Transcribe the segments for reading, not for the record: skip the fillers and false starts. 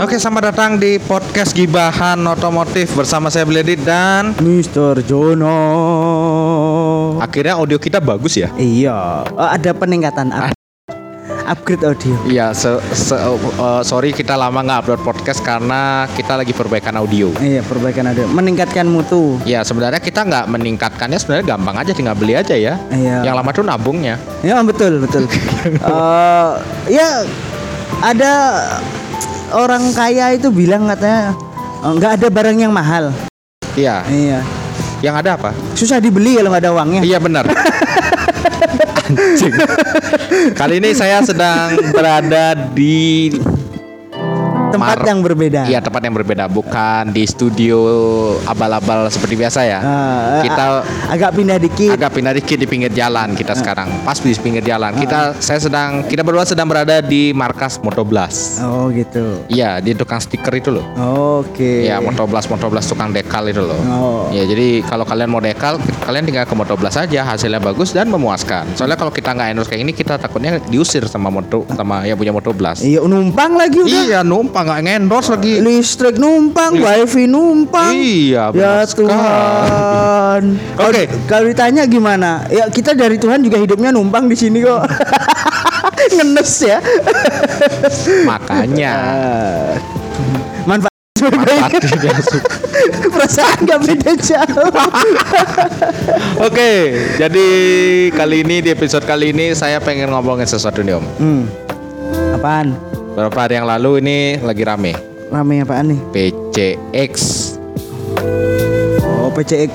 Oke, selamat datang di podcast Gibahan Otomotif bersama saya Bledit dan Mr. Jono. akhirnya audio kita bagus ya? Iya, ada peningkatan upgrade audio. Iya, sorry kita lama nggak upload podcast karena kita lagi perbaikan audio. Iya, perbaikan audio, meningkatkan mutu. Ya sebenarnya kita nggak meningkatkannya, sebenarnya gampang aja, tinggal beli aja ya. Iya. Yang lama tuh nabungnya. Ya betul. Ya ada orang kaya itu bilang katanya nggak ada barang yang mahal. Iya. Iya. Yang ada apa? Susah dibeli kalau nggak ada uangnya. Iya benar. Anjing. Kali ini saya sedang berada di Tempat yang berbeda. Iya, tempat yang berbeda, bukan di studio abal-abal seperti biasa ya. Kita agak pindah dikit di pinggir jalan kita sekarang. Pas di pinggir jalan. Kita berdua sedang berada di markas Motoblast. Oh gitu. Iya, di tukang stiker itu loh. Oke. Iya, Motoblast tukang dekal itu loh. Oh. Ya, jadi kalau kalian mau dekal, kalian tinggal ke Motoblast aja, hasilnya bagus dan memuaskan. Soalnya kalau kita nggak endorse kayak ini, kita takutnya diusir sama yang punya Motoblast. Iya, numpang lagi udah. Iya, numpang, nggak ngendorse lagi. Listrik numpang, wifi numpang. Iya, ya benar Tuhan. Oke. Kalau ditanya gimana? Ya kita dari Tuhan juga hidupnya numpang di sini kok. Ngenes ya. Makanya Manfaat suka. perasaan gak beda jauh. Oke, jadi di episode kali ini saya pengen ngomongin sesuatu nih Om. Apaan? Beberapa hari yang lalu ini lagi rame apaan nih? PCX. Oh, PCX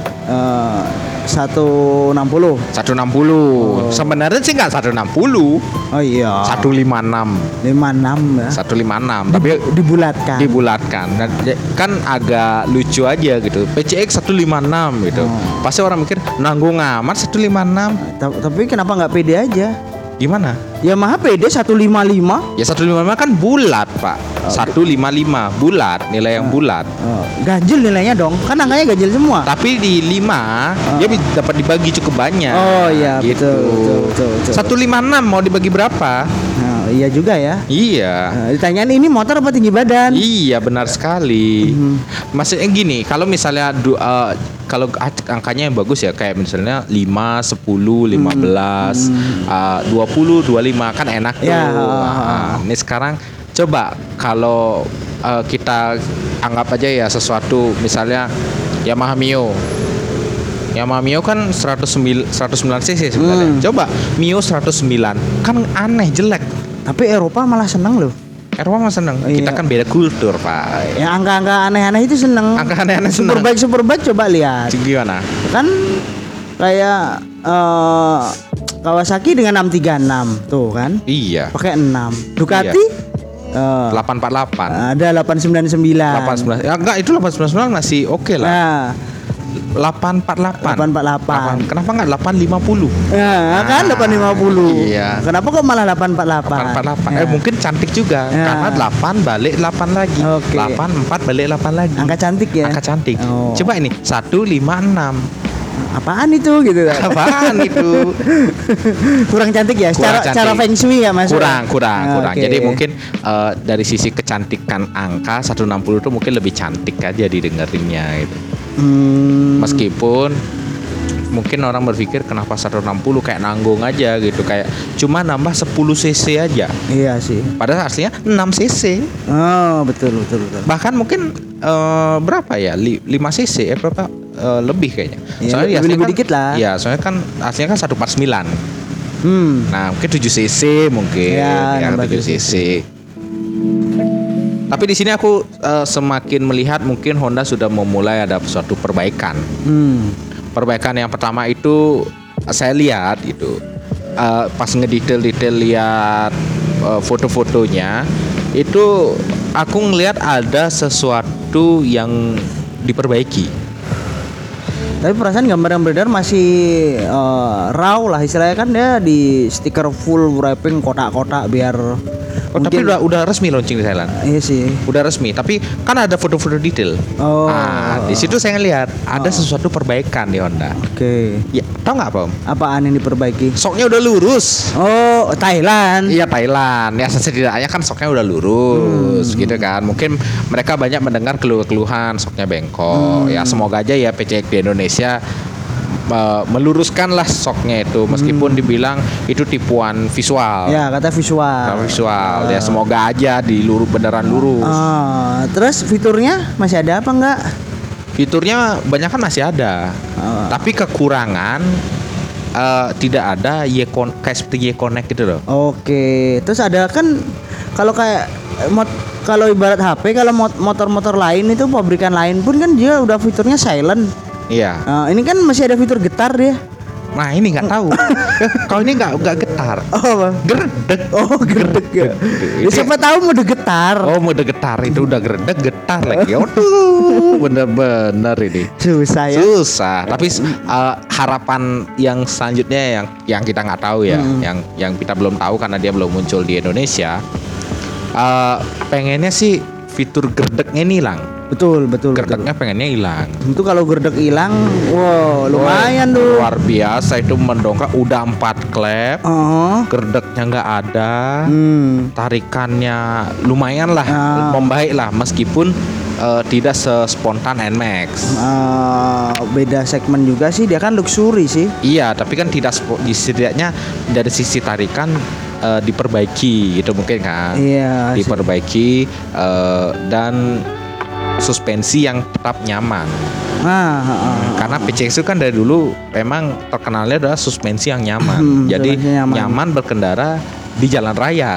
160. Sebenarnya sih nggak 160. Oh iya. 156. 56 ya. 156 tapi dibulatkan. Dan kan agak lucu aja gitu. PCX 156 gitu. Pasti orang mikir nanggung amat 156. Tapi kenapa nggak pede aja? Gimana? Yamaha PD 155. Ya 155 kan bulat Pak. 155 bulat, nilai yang bulat. Ganjil nilainya dong. Kan angkanya ganjil semua. Tapi di 5 dia dapat dibagi cukup banyak. Oh iya, gitu. betul. 156 mau dibagi berapa? Iya juga ya. Iya. Ditanyain ini motor apa tinggi badan? Iya benar sekali. Maksudnya gini, kalau misalnya kalau angkanya yang bagus ya, kayak misalnya 5, 10, 15, 20, 25 kan enak tuh. Ya. Ini sekarang coba kalau kita anggap aja ya sesuatu, misalnya Yamaha Mio kan 109 cc sebenarnya. Coba Mio 109 kan aneh, jelek. Tapi Eropa malah seneng loh. Eropa mah seneng. Iya. Kita kan beda kultur Pak. Ya angka-angka aneh-aneh itu seneng. Angka aneh-aneh seneng. Superbike coba lihat. Gimana? Kan kayak Kawasaki dengan 636 tuh kan. Iya. Pakai 6. Ducati 848. ada 899. 899. Ya enggak, itu 899 masih oke lah. Nah, 848. Kenapa enggak 850? ya kan 850. Iya. Kenapa kok malah 848? 848. Ya. Mungkin cantik juga. Ya. Karena 8 balik 8 lagi. Oke. 84 balik 8 lagi. Angka cantik ya. Angka cantik. Oh. Coba ini 156. Apaan itu gitu kan? Apaan itu? Kurang cantik ya. Secara feng shui ya Mas. Kurang. Okay. Jadi mungkin dari sisi kecantikan angka 160 itu mungkin lebih cantik aja didengerinnya gitu. Meskipun mungkin orang berpikir kenapa 160 kayak nanggung aja gitu, kayak cuma nambah 10 cc aja. Iya sih. Padahal aslinya 6 cc. Oh, betul. Bahkan mungkin berapa ya? 5 cc berapa? Lebih kayaknya. Ya, soalnya lebih kan, dikit lah. Iya, soalnya kan aslinya kan 149. Nah, mungkin 7 cc mungkin. Ya 7 cc. Tapi di sini aku semakin melihat mungkin Honda sudah memulai ada suatu perbaikan. Perbaikan yang pertama itu saya lihat itu pas ngedetail lihat foto-fotonya itu aku ngelihat ada sesuatu yang diperbaiki. Tapi perasaan gambar yang beredar masih raw lah istilahnya, kan dia di stiker full wrapping kotak-kotak biar. Tapi udah resmi launching di Thailand. Iya sih. Udah resmi, tapi kan ada foto-foto detail. Di situ saya ngelihat ada sesuatu perbaikan di Honda. Oke. Ya, tahu nggak Om? Apaan yang diperbaiki? Soknya udah lurus. Oh Oh, Thailand. Iya Thailand. Ya setidaknya kan soknya udah lurus gitu kan. Mungkin mereka banyak mendengar keluhan soknya bengkok. Ya semoga aja ya PCX di Indonesia meluruskanlah soknya itu meskipun dibilang itu tipuan visual. Ya, kata visual. Ya semoga aja beneran lurus. Terus fiturnya masih ada apa enggak? Fiturnya banyak kan masih ada. Tapi kekurangan tidak ada kayak seperti Y-Connect gitu loh. Oke. Terus ada kan kalau kayak kalau ibarat HP, kalau motor-motor lain itu pabrikan lain pun kan dia udah fiturnya silent. Iya. Ini kan masih ada fitur getar dia. Nah ini nggak tahu. Kalau ini nggak getar. Oh, Gerdek. Oh, gerdek ya. Siapa tahu mode getar. Oh, mode getar itu udah getar lagi. Aduh, bener-bener ini. Susah ya. Susah. Tapi harapan yang selanjutnya yang kita nggak tahu ya, yang kita belum tahu karena dia belum muncul di Indonesia. Pengennya sih fitur gerdeknya ini hilang. Betul. Gerdeknya pengennya hilang. Itu kalau gerdek hilang, wow, lumayan tuh. Luar biasa itu mendongkrak udah 4 klep. Gerdeknya nggak ada. Tarikannya lumayan lah, membaik lah meskipun tidak sespontan NMAX. Beda segmen juga sih, dia kan luxury sih. Iya, tapi kan tidak setidaknya dari sisi tarikan diperbaiki gitu mungkin kan. Iya. Diperbaiki dan suspensi yang tetap nyaman. Karena PCX itu kan dari dulu memang terkenalnya adalah suspensi yang nyaman. Jadi nyaman berkendara di jalan raya.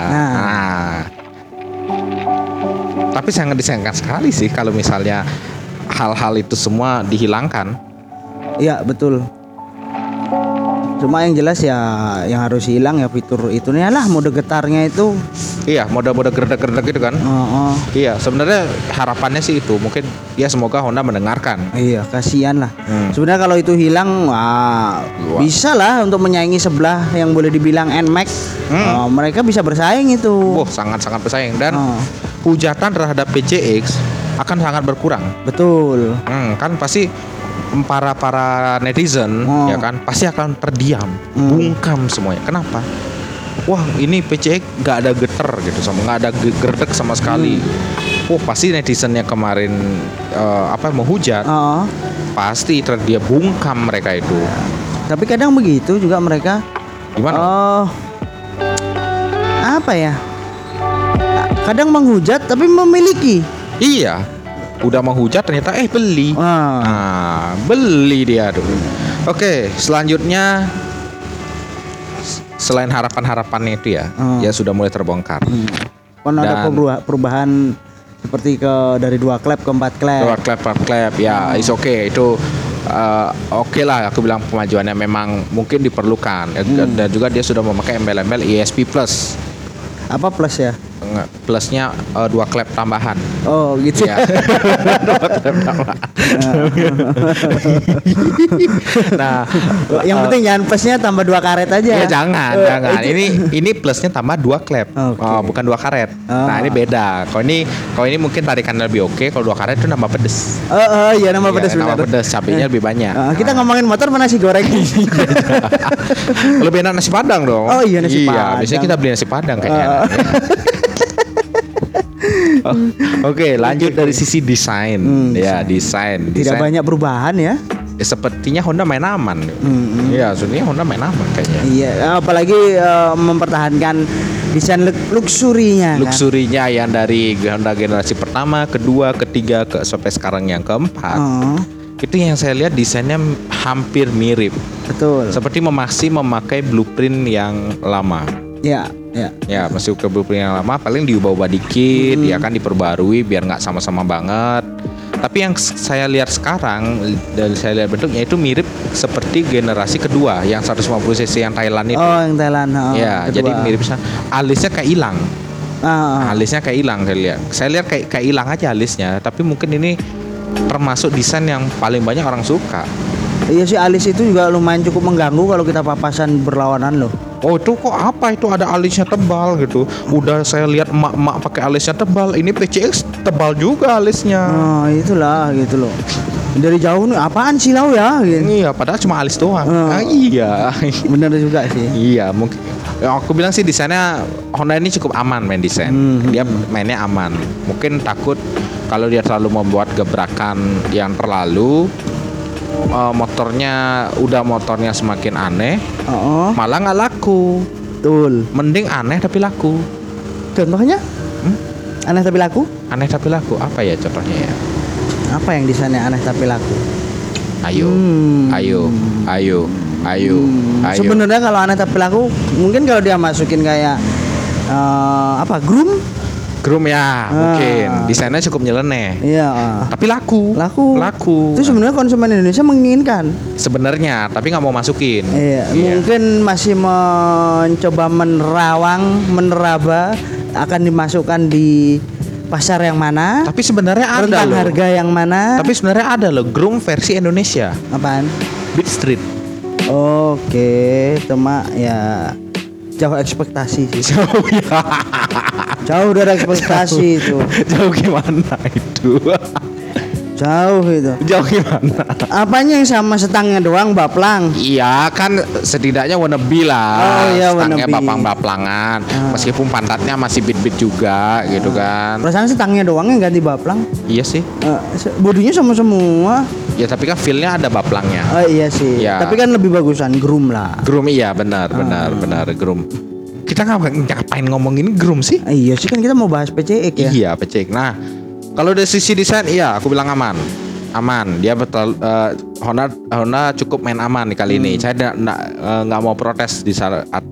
Tapi sangat disayangkan sekali sih kalau misalnya hal-hal itu semua dihilangkan. Iya, betul. Cuma yang jelas ya yang harus hilang ya fitur itunya lah, mode getarnya itu. Iya, mode-mode gerdek-gerdek itu kan. Iya, sebenarnya harapannya sih itu. Mungkin ya semoga Honda mendengarkan. Iya, kasihan lah. Sebenarnya kalau itu hilang, bisa lah untuk menyaingi sebelah yang boleh dibilang NMAX. Mereka bisa bersaing itu. Sangat-sangat bersaing dan hujatan terhadap PCX akan sangat berkurang. Betul. Kan pasti para netizen ya kan pasti akan terdiam, bungkam semuanya. Kenapa? Wah, ini PCX nggak ada getar gitu, sama nggak ada gerdek sama sekali. Pasti netizen yang kemarin menghujat, pasti dia bungkam mereka itu. Tapi kadang begitu juga mereka. Gimana? Apa ya? Kadang menghujat tapi memiliki. Iya. Udah menghujat ternyata beli. Beli dia tuh. Oke, selanjutnya selain harapan-harapannya itu ya sudah mulai terbongkar. Kan ada perubahan seperti dari 2 klep ke 4 klep. 2 klep ya, is okay itu. Oke lah, aku bilang kemajuannya memang mungkin diperlukan. Dan juga dia sudah memakai embel-embel ESP Plus. Apa plus ya? Plusnya 2 klep tambahan. Oh gitu ya. 2 klep tambahan. Nah, yang penting jangan plusnya tambah 2 karet aja. Ya jangan. Ini plusnya tambah 2 klep. Bukan 2 karet. Nah, ini beda. Kalau ini mungkin tarikan lebih oke. Kalau 2 karet itu nambah pedes. Iya nambah pedes. Nambah pedes, cabenya lebih banyak. Kita ngomongin motor mana nasi goreng. Lebih enak nasi Padang dong. Oh iya, nasi Padang. Biasanya kita beli nasi Padang kayaknya. Oke, lanjut dari sisi desain. Desain. Tidak banyak perubahan ya. Sepertinya Honda main aman. Iya, sebenarnya Honda main aman kayaknya. Iya, apalagi mempertahankan desain luxurinya. Luxurinya yang dari Honda generasi pertama, kedua, ketiga, sampai sekarang yang keempat. Itu yang saya lihat desainnya hampir mirip. Betul. Seperti masih memakai blueprint yang lama. Ya, masih ke blueprint yang lama, paling diubah-ubah dikit, ya kan diperbarui biar nggak sama-sama banget. Tapi yang saya lihat sekarang dan saya lihat bentuknya itu mirip seperti generasi kedua yang 150 cc yang Thailand itu. Oh, yang Thailand. Ya, kedua. Jadi mirip. Alisnya kayak hilang. Alisnya kayak hilang saya lihat. Saya lihat kayak hilang aja alisnya. Tapi mungkin ini termasuk desain yang paling banyak orang suka. Iya sih, alis itu juga lumayan cukup mengganggu kalau kita papasan berlawanan loh. Oh itu kok apa itu ada alisnya tebal gitu. Udah saya lihat emak-emak pakai alisnya tebal. Ini PCX tebal juga alisnya. Itulah gitu loh. Dari jauh nih apaan sih lau ya gitu. Iya padahal cuma alis doang. Iya. Benar juga sih. Iya mungkin Yang aku bilang sih desainnya Honda ini cukup aman main desain. Dia mainnya aman. Mungkin takut kalau dia terlalu membuat gebrakan yang terlalu motornya semakin aneh, malah nggak laku. Betul. Mending aneh tapi laku. Contohnya? Aneh tapi laku? Aneh tapi laku apa ya contohnya ya? Apa yang desainnya aneh tapi laku? Ayo. Sebenarnya kalau aneh tapi laku, mungkin kalau dia masukin kayak Groom ya, mungkin desainnya cukup nyeleneh. Iya. Tapi laku. Itu sebenarnya konsumen Indonesia menginginkan. Sebenarnya, tapi nggak mau masukin. Iya. Mungkin masih mencoba meneraba akan dimasukkan di pasar yang mana. Tapi sebenarnya ada rentang loh. Harga yang mana. Tapi sebenarnya ada loh Groom versi Indonesia. Apaan? Beat Street. Oke, cuma ya jauh ekspektasi sih. Jauh dari ekspektasi itu. Jauh gimana itu? Jauh itu. Jauh gimana? Apanya yang sama, setangnya doang baplang? Iya kan setidaknya wannabe lah. Oh iya, setangnya wannabe. baplang-baplangan. Meskipun pantatnya masih beat-beat juga gitu kan. Perasaan setangnya doang yang ganti baplang. Iya sih. Bodinya sama semua. Ya tapi kan feel-nya ada baplangnya. Oh iya sih. Ya. Tapi kan lebih bagusan Groom lah. Groom iya benar Groom. Kita ngapain ngomongin Groom sih? Iya sih, kan kita mau bahas PCX ya. Iya PCX. Nah kalau dari sisi desain iya aku bilang aman. Dia betul Honda cukup main aman nih kali ini. Saya nggak mau protes di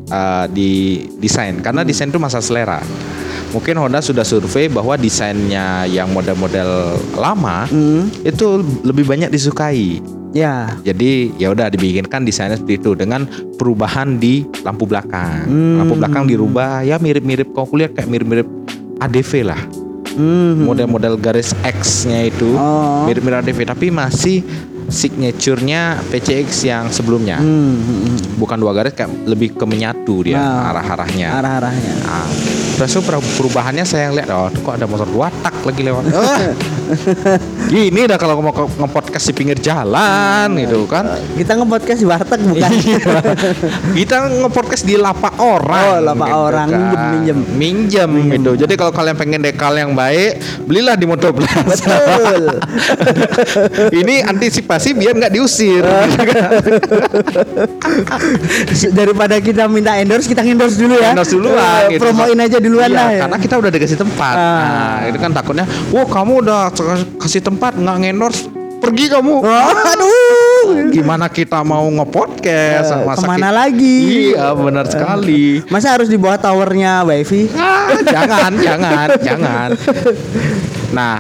desain karena desain itu masalah selera. Mungkin Honda sudah survei bahwa desainnya yang model-model lama itu lebih banyak disukai. Ya. Jadi ya udah dibikinkan desainnya seperti itu dengan perubahan di lampu belakang. Lampu belakang dirubah ya mirip-mirip kalau kulihat kayak mirip-mirip ADV lah. Model-model garis X-nya itu mirip-mirip ADV tapi masih signaturenya PCX yang sebelumnya. Bukan dua garis, kayak lebih ke menyatu dia arah-arahnya. Nah, terus perubahannya saya lihat kok ada motor dua tak lagi lewat. Gini dah kalau mau nge-podcast di pinggir jalan gitu kan. Kita nge-podcast di warteg bukan? Kita nge-podcast di lapak orang. Lapak gitu orang kan. minjem gitu. Jadi kalau kalian pengen dekal yang baik, belilah di Motor Blast. Betul. Ini antisipasi biar nggak diusir. Daripada kita minta endorse, kita endorse dulu ya. Endorse duluan gitu. Promoin aja duluan lah ya. Karena kita udah dikasih tempat. Nah, itu kan takutnya, wah kamu udah kasih tempat nggak nge-endorse, pergi kamu. Aduh. Gimana kita mau nge-podcast? Kemana lagi? Iya benar sekali. Masa harus di bawah towernya Wifi? Jangan. Nah,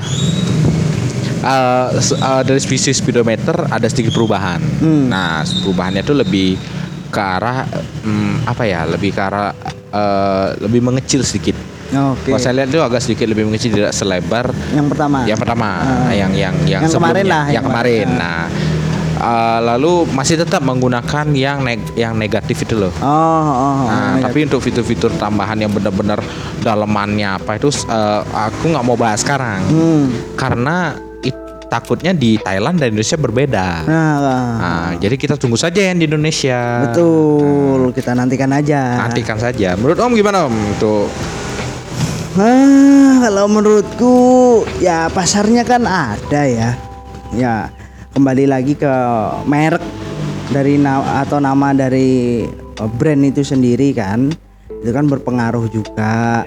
dari sisi speedometer ada sedikit perubahan. Nah, perubahannya itu lebih ke arah lebih mengecil sedikit. Oke. Kalau saya lihat itu agak sedikit lebih mengecil, tidak selebar yang pertama. Yang sebelumnya, yang kemarin. Nah, lalu masih tetap menggunakan yang negatif itu loh. Tapi untuk fitur-fitur tambahan yang benar-benar dalemannya apa itu aku nggak mau bahas sekarang. Karena takutnya di Thailand dan Indonesia berbeda. Jadi kita tunggu saja yang di Indonesia. Betul, kita nantikan saja. Menurut Om gimana Om untuk? Kalau menurutku ya pasarnya kan ada ya. Ya kembali lagi ke merek dari atau nama dari brand itu sendiri kan. Itu kan berpengaruh juga.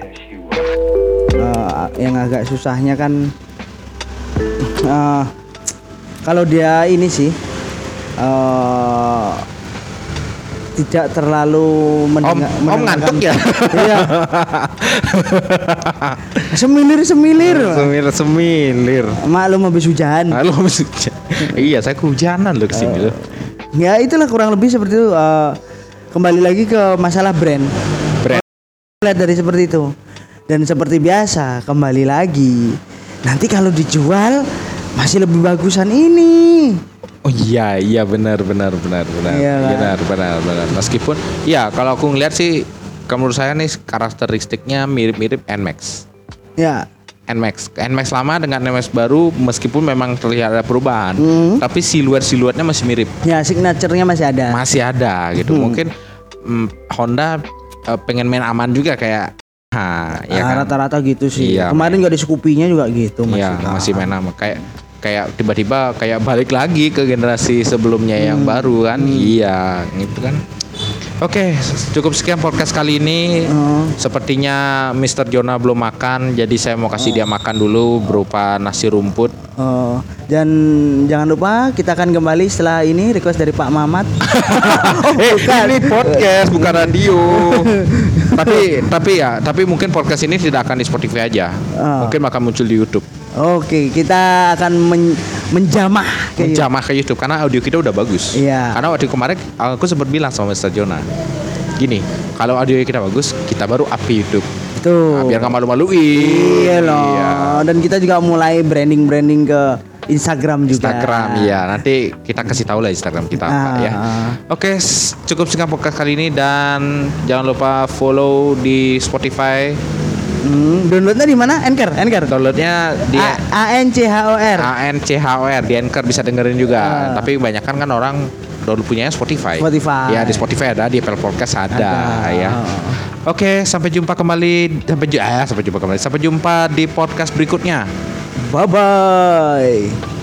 Yang agak susahnya kan kalau dia ini sih tidak terlalu Om ngantuk ya? Iya. Semilir. Maklum habis hujan. Iya, saya kehujanan loh kesini loh. Ya itulah kurang lebih seperti itu. Kembali lagi ke masalah brand. Lihat dari seperti itu. Dan seperti biasa kembali lagi. Nanti kalau dijual masih lebih bagusan ini. Oh iya benar. Iya, Benar. Meskipun ya kalau aku ngeliat sih, menurut saya nih karakteristiknya mirip-mirip NMAX. Ya. NMAX lama dengan NMAX baru meskipun memang terlihat ada perubahan, tapi siluetnya masih mirip. Ya, signaturenya masih ada. Masih ada gitu. Mungkin Honda pengen main aman juga kayak ya kan? Rata-rata gitu sih. Iya, Kemarin juga di Scoopy-nya juga gitu Iya, masih main aman kayak tiba-tiba kayak balik lagi ke generasi sebelumnya yang baru kan. Iya, gitu kan. Oke, cukup sekian podcast kali ini. Sepertinya Mr. Jonah belum makan, jadi saya mau kasih dia makan dulu berupa nasi rumput. Dan jangan lupa kita akan kembali setelah ini request dari Pak Mamat. Ini podcast bukan radio. tapi mungkin podcast ini tidak akan di Spotify aja. Mungkin akan muncul di YouTube. Oke, kita akan menjamah ke YouTube karena audio kita udah bagus. Iya. Karena waktu kemarin aku sempat bilang sama Mr. Jonah, gini, kalau audio kita bagus, kita baru up ke YouTube. Tuh. Nah, biar nggak malu-maluin. Iya loh. Iya. Dan kita juga mulai branding ke Instagram juga. Iya. Nanti kita kasih tahu lah Instagram kita apa ya. Oke, cukup sekian podcast kali ini dan jangan lupa follow di Spotify. Downloadnya di mana? Anchor. Downloadnya di ANCHOR di Anchor bisa dengerin juga. Tapi kebanyakan kan orang download punyanya Spotify. Ya di Spotify ada, di Apple Podcast ada. Ya. Oke, sampai jumpa di podcast berikutnya. Bye bye.